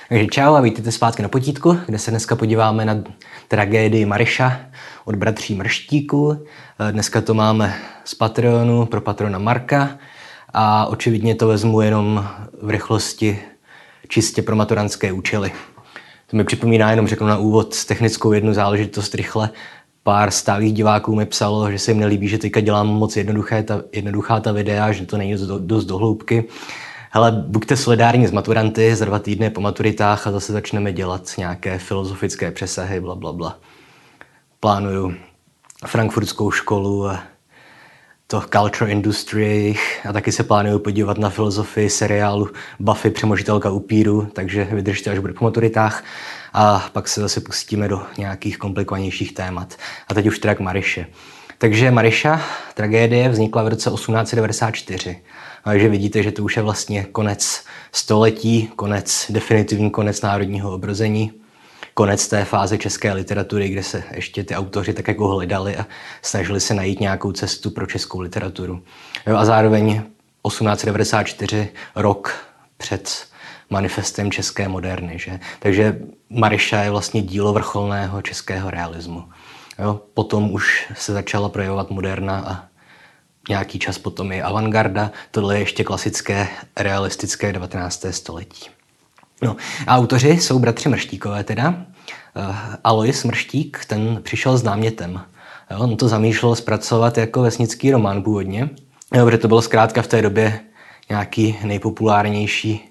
Takže čau a vítejte zpátky na potítku, kde se dneska podíváme na tragédii Maryša od bratří Mrštíků. Dneska to máme z Patreonu pro patrona Marka a očividně to vezmu jenom v rychlosti čistě pro maturantské účely. To mi připomíná, jenom řeknu na úvod technickou jednu záležitost rychle. Pár stálých diváků mi psalo, že se jim nelíbí, že teďka dělám moc jednoduchá ta videa, že to není dost do hloubky. Hele, buďte solidární s maturanty, za 2 týdny po maturitách a zase začneme dělat nějaké filozofické přesahy, blablabla. Plánuju frankfurtskou školu a to culture industry a taky se plánuju podívat na filozofii seriálu Buffy přemožitelka upíru, takže vydržte, až bude po maturitách a pak se zase pustíme do nějakých komplikovanějších témat. A teď už teda k Maryše. Takže Maryša, tragédie, vznikla v roce 1894. Takže vidíte, že to už je vlastně konec století, definitivní konec národního obrození, konec té fáze české literatury, kde se ještě ty autoři tak jako hledali a snažili se najít nějakou cestu pro českou literaturu. Jo, a zároveň 1894, rok před manifestem české moderny. Že? Takže Maryša je vlastně dílo vrcholného českého realismu. Jo, potom už se začala projevovat moderna a nějaký čas potom i avantgarda. Tohle je ještě klasické realistické 19. století. No, a autoři jsou bratři Mrštíkové teda. Alois Mrštík, ten přišel s námětem. Jo, on to zamýšlel zpracovat jako vesnický román původně, protože to bylo zkrátka v té době nějaký nejpopulárnější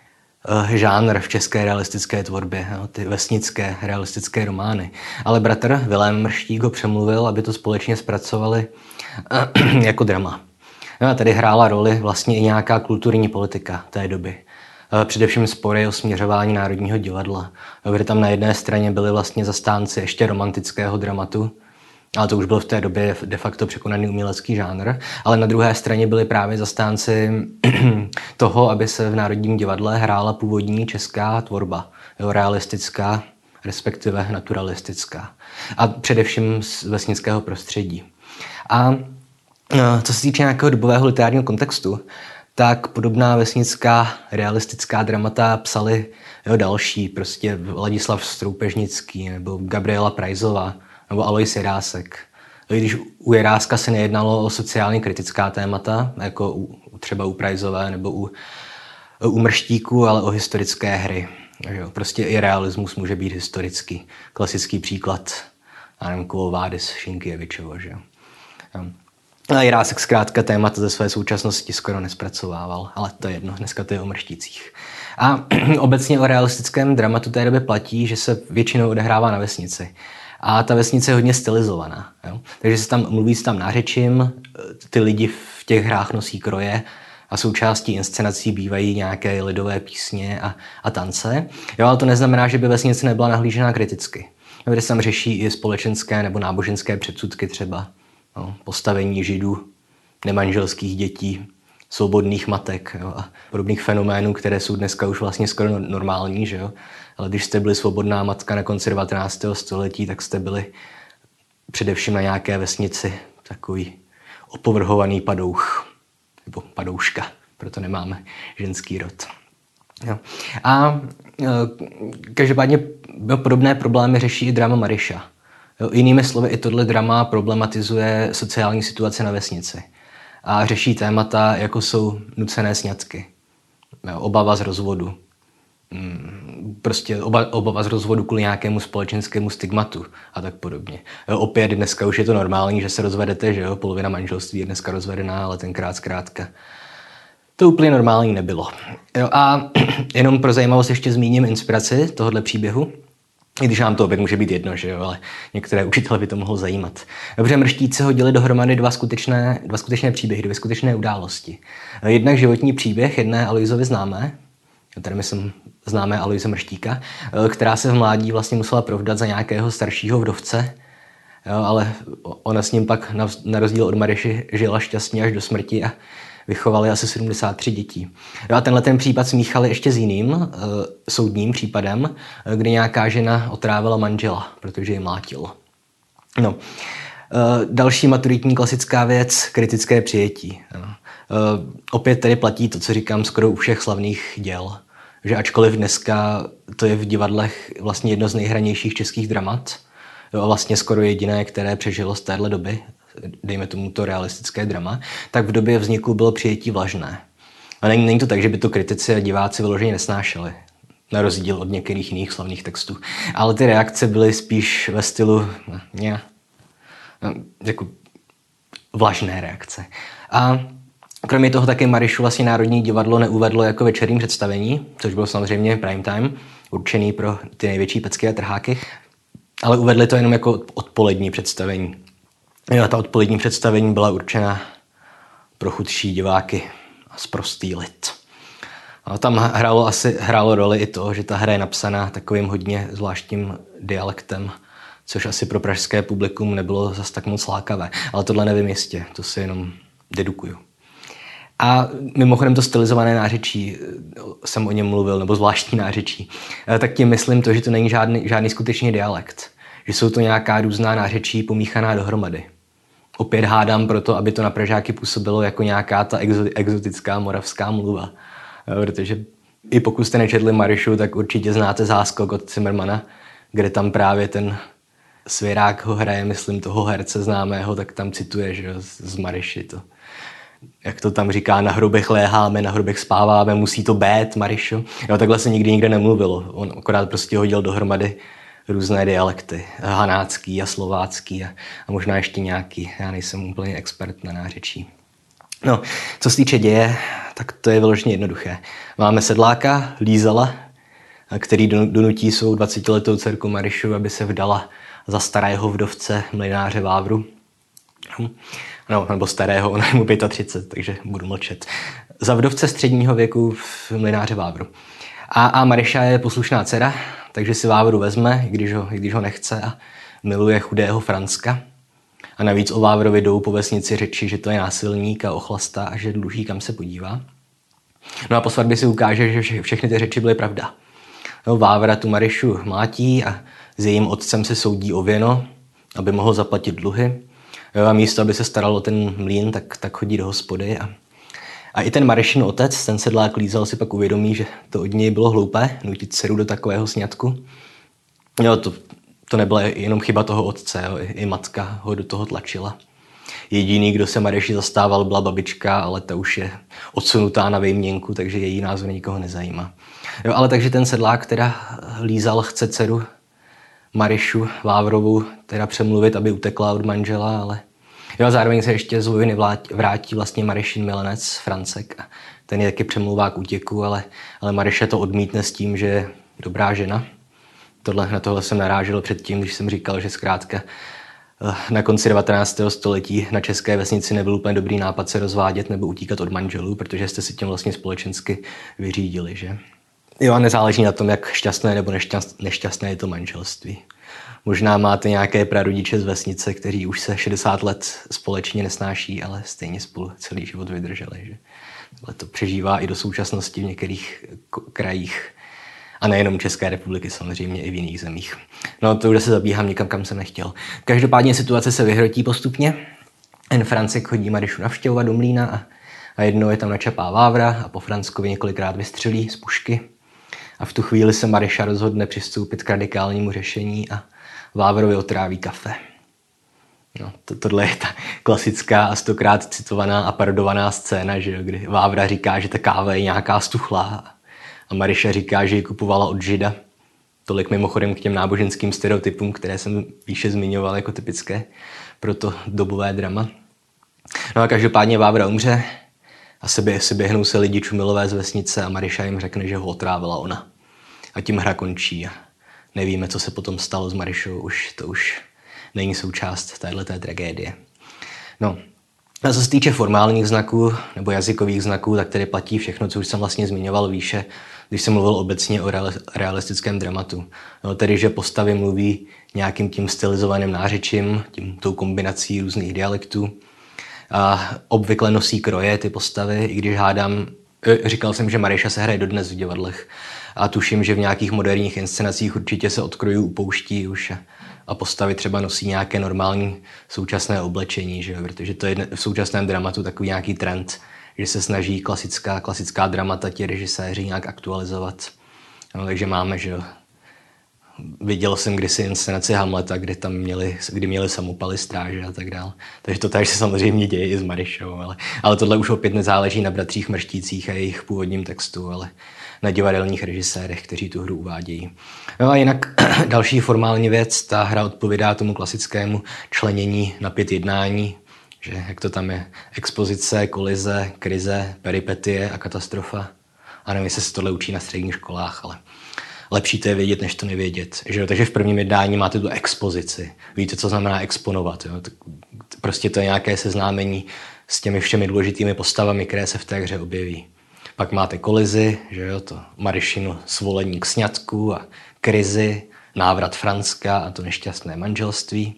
žánr v české realistické tvorbě, jo, ty vesnické realistické romány. Ale bratr Vilém Mrštík ho přemluvil, aby to společně zpracovali jako drama. No a tady hrála roli vlastně i nějaká kulturní politika té doby. Především spory o směřování Národního divadla, kde tam na jedné straně byli vlastně zastánci ještě romantického dramatu, ale to už byl v té době de facto překonaný umělecký žánr, ale na druhé straně byli právě zastánci toho, aby se v Národním divadle hrála původní česká tvorba, jo, realistická, respektive naturalistická. A především z vesnického prostředí. A co se týče nějakého dobového literárního kontextu, tak podobná vesnická realistická dramata psali další, prostě Ladislav Stroupežnický nebo Gabriela Prajzová nebo Alois Jirásek. Když u Jiráska se nejednalo o sociálně kritická témata, jako třeba u Prajzové nebo u Mrštíků, ale o historické hry. Prostě i realismus může být historický. Klasický příklad, já nevím, Kolovádis, Šinkievičovo, že jo. A Jirásek zkrátka témata ze své současnosti skoro nespracovával, ale to je jedno, dneska to je o Mrštících. A obecně o realistickém dramatu té doby platí, že se většinou odehrává na vesnici. A ta vesnice je hodně stylizovaná. Jo? Takže se tam mluví s tam nářečím, ty lidi v těch hrách nosí kroje a součástí inscenací bývají nějaké lidové písně a tance. Jo, ale to neznamená, že by vesnice nebyla nahlížená kriticky. Kde se tam řeší i společenské nebo náboženské předsudky třeba. No, postavení židů, nemanželských dětí, svobodných matek, jo, a podobných fenoménů, které jsou dneska už vlastně skoro normální, že jo. Ale když jste byli svobodná matka na konci 19. století, tak jste byli především na nějaké vesnici takový opovrhovaný padouch, nebo padouška, proto nemáme ženský rod. Jo. A každopádně podobné problémy řeší i drama Maryša. Jo, jinými slovy, i tohle drama problematizuje sociální situaci na vesnici a řeší témata, jako jsou nucené sňatky, obava z rozvodu, prostě obava z rozvodu kvůli nějakému společenskému stigmatu a tak podobně. Jo, opět dneska už je to normální, že se rozvedete, že jo, polovina manželství je dneska rozvedená, ale tenkrát zkrátka to úplně normální nebylo. Jo, a jenom pro zajímavost ještě zmíním inspiraci tohohle příběhu. I když nám to opět může být jedno, že jo, ale některé učitele by to mohlo zajímat. Dobře, Mrštíci hodili dohromady dva skutečné příběhy, 2 skutečné události. Jednak životní příběh jedné Aloisovy známé, tady myslím známé Aloise Mrštíka, která se v mládí vlastně musela provdat za nějakého staršího vdovce, jo, ale ona s ním pak na rozdíl od Maryši žila šťastně až do smrti a vychovali asi 73 dětí. A tenhle ten případ smíchali ještě s jiným soudním případem, kdy nějaká žena otrávila manžela, protože ji mlátil. No. Další maturitní klasická věc, kritické přijetí. Opět tady platí to, co říkám skoro u všech slavných děl. že ačkoliv dneska to je v divadlech vlastně jedno z nejhranějších českých dramat, jo, a vlastně skoro jediné, které přežilo z téhle doby, dejme tomu to realistické drama, tak v době vzniku bylo přijetí vlažné. A není to tak, že by to kritici a diváci vyloženě nesnášeli, na rozdíl od některých jiných slavných textů. Ale ty reakce byly spíš ve stylu jako vlažné reakce. A kromě toho také Maryšu vlastně Národní divadlo neuvedlo jako večerní představení, což bylo samozřejmě prime time, určený pro ty největší pecky a trháky, ale uvedli to jenom jako odpolední představení. Jo, ta odpolední představení byla určena pro chudší diváky a sprostý lid. A tam hrálo roli i to, že ta hra je napsaná takovým hodně zvláštním dialektem, což asi pro pražské publikum nebylo zas tak moc lákavé. Ale tohle nevím jistě, to si jenom dedukuju. A mimochodem to stylizované nářečí, jsem o něm mluvil, nebo zvláštní nářečí, tak tím myslím to, že to není žádný skutečný dialekt. Že jsou to nějaká různá nářečí pomíchaná dohromady. Opět hádám proto, aby to na Pražáky působilo jako nějaká ta exotická moravská mluva. Protože i pokud jste nečetli Maryšu, tak určitě znáte Záskok od Cimrmana, kde tam právě ten svěrák ho hraje, myslím toho herce známého, tak tam cituje, že z Maryši to. Jak to tam říká, na hrobech léháme, na hrobech spáváme, musí to být, Maryšo. Jo, takhle se nikdy nikde nemluvilo. On akorát prostě hodil dohromady různé dialekty. Hanácký a slovácký a možná ještě nějaký. Já nejsem úplně expert na nářečí. No, co se týče děje, tak to je vyloženě jednoduché. Máme sedláka, Lízala, který donutí svou 20letou dcerku Maryšu, aby se vdala za starého vdovce mlynáře Vávru. No, nebo starého, ona je mu 35, takže budu mlčet. Za vdovce středního věku v mlynáře Vávru. A Maryša je poslušná dcera, takže si Vávru vezme, i když ho nechce a miluje chudého Franska. A navíc o Vávrovi jdou po vesnici řeči, že to je násilník a ochlasta a že dluží, kam se podívá. No a po svatbě si ukáže, že všechny ty řeči byly pravda. No, Vávra tu Maryšu mlátí a s jejím otcem se soudí o věno, aby mohl zaplatit dluhy. Jo, a místo, aby se staral o ten mlýn, tak chodí do hospody. A i ten Maryšin otec, ten sedlák Lízal, si pak uvědomí, že to od něj bylo hloupé nutit dceru do takového sňatku. Jo, to nebyla jenom chyba toho otce, jo, i matka ho do toho tlačila. Jediný, kdo se Maryši zastával, byla babička, ale ta už je odsunutá na vejměnku, takže její názor nikoho nezajímá. Jo, ale takže ten sedlák teda Lízal chce dceru Maryšu Vávrovou teda přemluvit, aby utekla od manžela, ale jo, zároveň se ještě z vojny vrátí vlastně Maryšin milenec Francek a ten je taky přemluvá k útěku, ale Maryše to odmítne s tím, že je dobrá žena. Na tohle jsem narážel předtím, když jsem říkal, že zkrátka na konci 19. století na české vesnici nebyl úplně dobrý nápad se rozvádět nebo utíkat od manželů, protože jste si tím vlastně společensky vyřídili, že? Jo, a nezáleží na tom, jak šťastné nebo nešťastné je to manželství. Možná máte nějaké prarodiče z vesnice, kteří už se 60 let společně nesnáší, ale stejně spolu celý život vydrželi, že? Ale to přežívá i do současnosti v některých krajích. A nejenom České republiky, samozřejmě i v jiných zemích. No to už se zabíhám někam, kam jsem nechtěl. Každopádně situace se vyhrotí postupně. Ten Francek chodí Maryšu navštěvovat do mlýna a jednou je tam načapá Vávra a po Franckovi několikrát vystřelí z pušky. A v tu chvíli se Maryša rozhodne přistoupit k radikálnímu řešení a Vávrovi otráví kafe. No, tohle je ta klasická a 100krát citovaná a parodovaná scéna, že jo, kdy Vávra říká, že ta káva je nějaká stuchlá a Maryša říká, že ji kupovala od Žida. Tolik mimochodem k těm náboženským stereotypům, které jsem výše zmiňoval jako typické pro to dobové drama. No a každopádně Vávra umře a se běhnou se lidi čumilové z vesnice a Maryša jim řekne, že ho otrávila ona. A tím hra končí a nevíme, co se potom stalo s Maryšou, to už není součást téhleté tragédie. No, a co se týče formálních znaků nebo jazykových znaků, tak tedy platí všechno, co už jsem vlastně zmiňoval výše, když jsem mluvil obecně o realistickém dramatu. No, tedy, že postavy mluví nějakým tím stylizovaným nářečím, tou kombinací různých dialektů. A obvykle nosí kroje ty postavy, i když říkal jsem, že Maryša se hraje dodnes v divadlech a tuším, že v nějakých moderních inscenacích určitě se od krojů upouští už a postavy třeba nosí nějaké normální současné oblečení, že jo? Protože to je v současném dramatu takový nějaký trend, že se snaží klasická dramata ti režiséři nějak aktualizovat. No, takže máme, že jo. Viděl jsem kdysi inscenaci Hamleta, kdy měli samopaly stráže a tak dále. Takže to tady se samozřejmě děje i s Maryšou, ale tohle už opět nezáleží na bratřích Mrštících a jejich původním textu, ale na divadelních režisérech, kteří tu hru uvádějí. No a jinak další formální věc, ta hra odpovídá tomu klasickému členění na 5 jednání, že jak to tam je, expozice, kolize, krize, peripetie a katastrofa. A nevím, jestli se tohle učí na středních školách, ale lepší to je vědět, než to nevědět. Že? Takže v prvním jednání máte tu expozici. Víte, co znamená exponovat. Jo? Prostě to je nějaké seznámení s těmi všemi důležitými postavami, které se v té hře objeví. Pak máte kolizi, že jo, to Maryšinu svolení k sňatku a krizi, návrat Franska a to nešťastné manželství.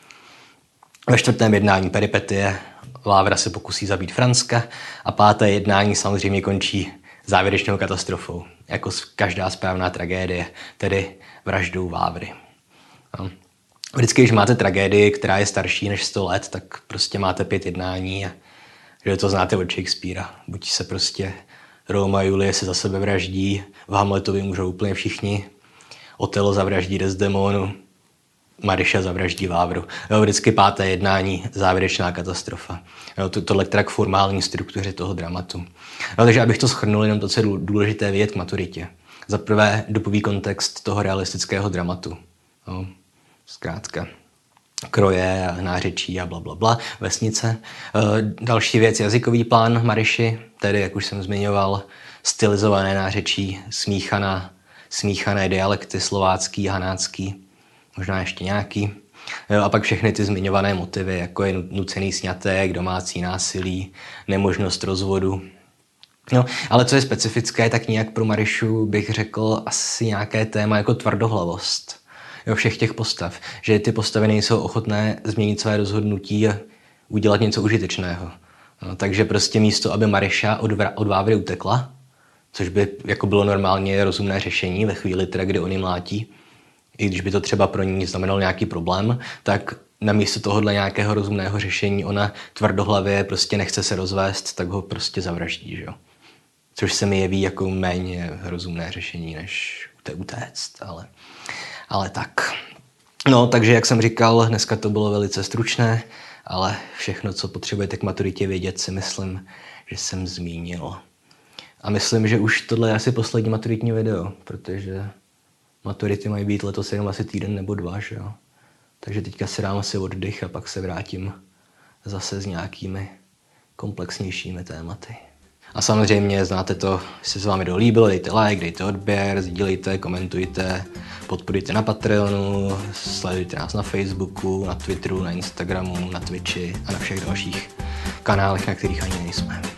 Ve 4. jednání peripetie, Vávra se pokusí zabít Franska a 5. jednání samozřejmě končí závěrečnou katastrofou, jako každá správná tragédie, tedy vraždou Vávry. No. Vždycky, když máte tragédii, která je starší než 100 let, tak prostě máte 5 jednání a že to znáte od Shakespearea. Buď se prostě Róma a Julie se za sebe vraždí, v Hamletovi můžou úplně všichni, Otelo zavraždí Desdemonu, Maryša zavraždí Vávru. Jo, vždycky 5. jednání, závěrečná katastrofa. Jo, tohle teda k formální struktuře toho dramatu. Jo, takže abych to shrnul, jenom to, co je důležité vědět k maturitě. Za prvé dopový kontext toho realistického dramatu. Jo, zkrátka kroje a nářečí a blablabla, vesnice. Další věc, jazykový plán Maryši, tedy, jak už jsem zmiňoval, stylizované nářečí, smíchané dialekty, slovácký, hanácký, možná ještě nějaký. Jo, a pak všechny ty zmiňované motivy, jako je nucený sňatek, domácí násilí, nemožnost rozvodu. No, ale co je specifické, tak nějak pro Maryšu bych řekl asi nějaké téma jako tvrdohlavost. Jo, všech těch postav. Že ty postavy nejsou ochotné změnit své rozhodnutí a udělat něco užitečného. No, takže prostě místo, aby Maryša od Vávry utekla, což by jako bylo normálně rozumné řešení ve chvíli, teda, kdy oni mlátí, i když by to třeba pro ní znamenalo nějaký problém, tak namísto tohohle nějakého rozumného řešení ona tvrdohlavě prostě nechce se rozvést, tak ho prostě zavraždí. Že? Což se mi jeví jako méně rozumné řešení, než utéct. Ale tak. No, takže jak jsem říkal, dneska to bylo velice stručné, ale všechno, co potřebujete k maturitě vědět, si myslím, že jsem zmínil. A myslím, že už tohle je asi poslední maturitní video, protože maturity mají být letos jenom asi týden nebo 2, že jo. Takže teďka si dám asi oddych a pak se vrátím zase s nějakými komplexnějšími tématy. A samozřejmě znáte to, jestli se vám video líbilo, dejte like, dejte odběr, sdílejte, komentujte, podporujte na Patreonu, sledujte nás na Facebooku, na Twitteru, na Instagramu, na Twitchi a na všech dalších kanálech, na kterých ani nejsme.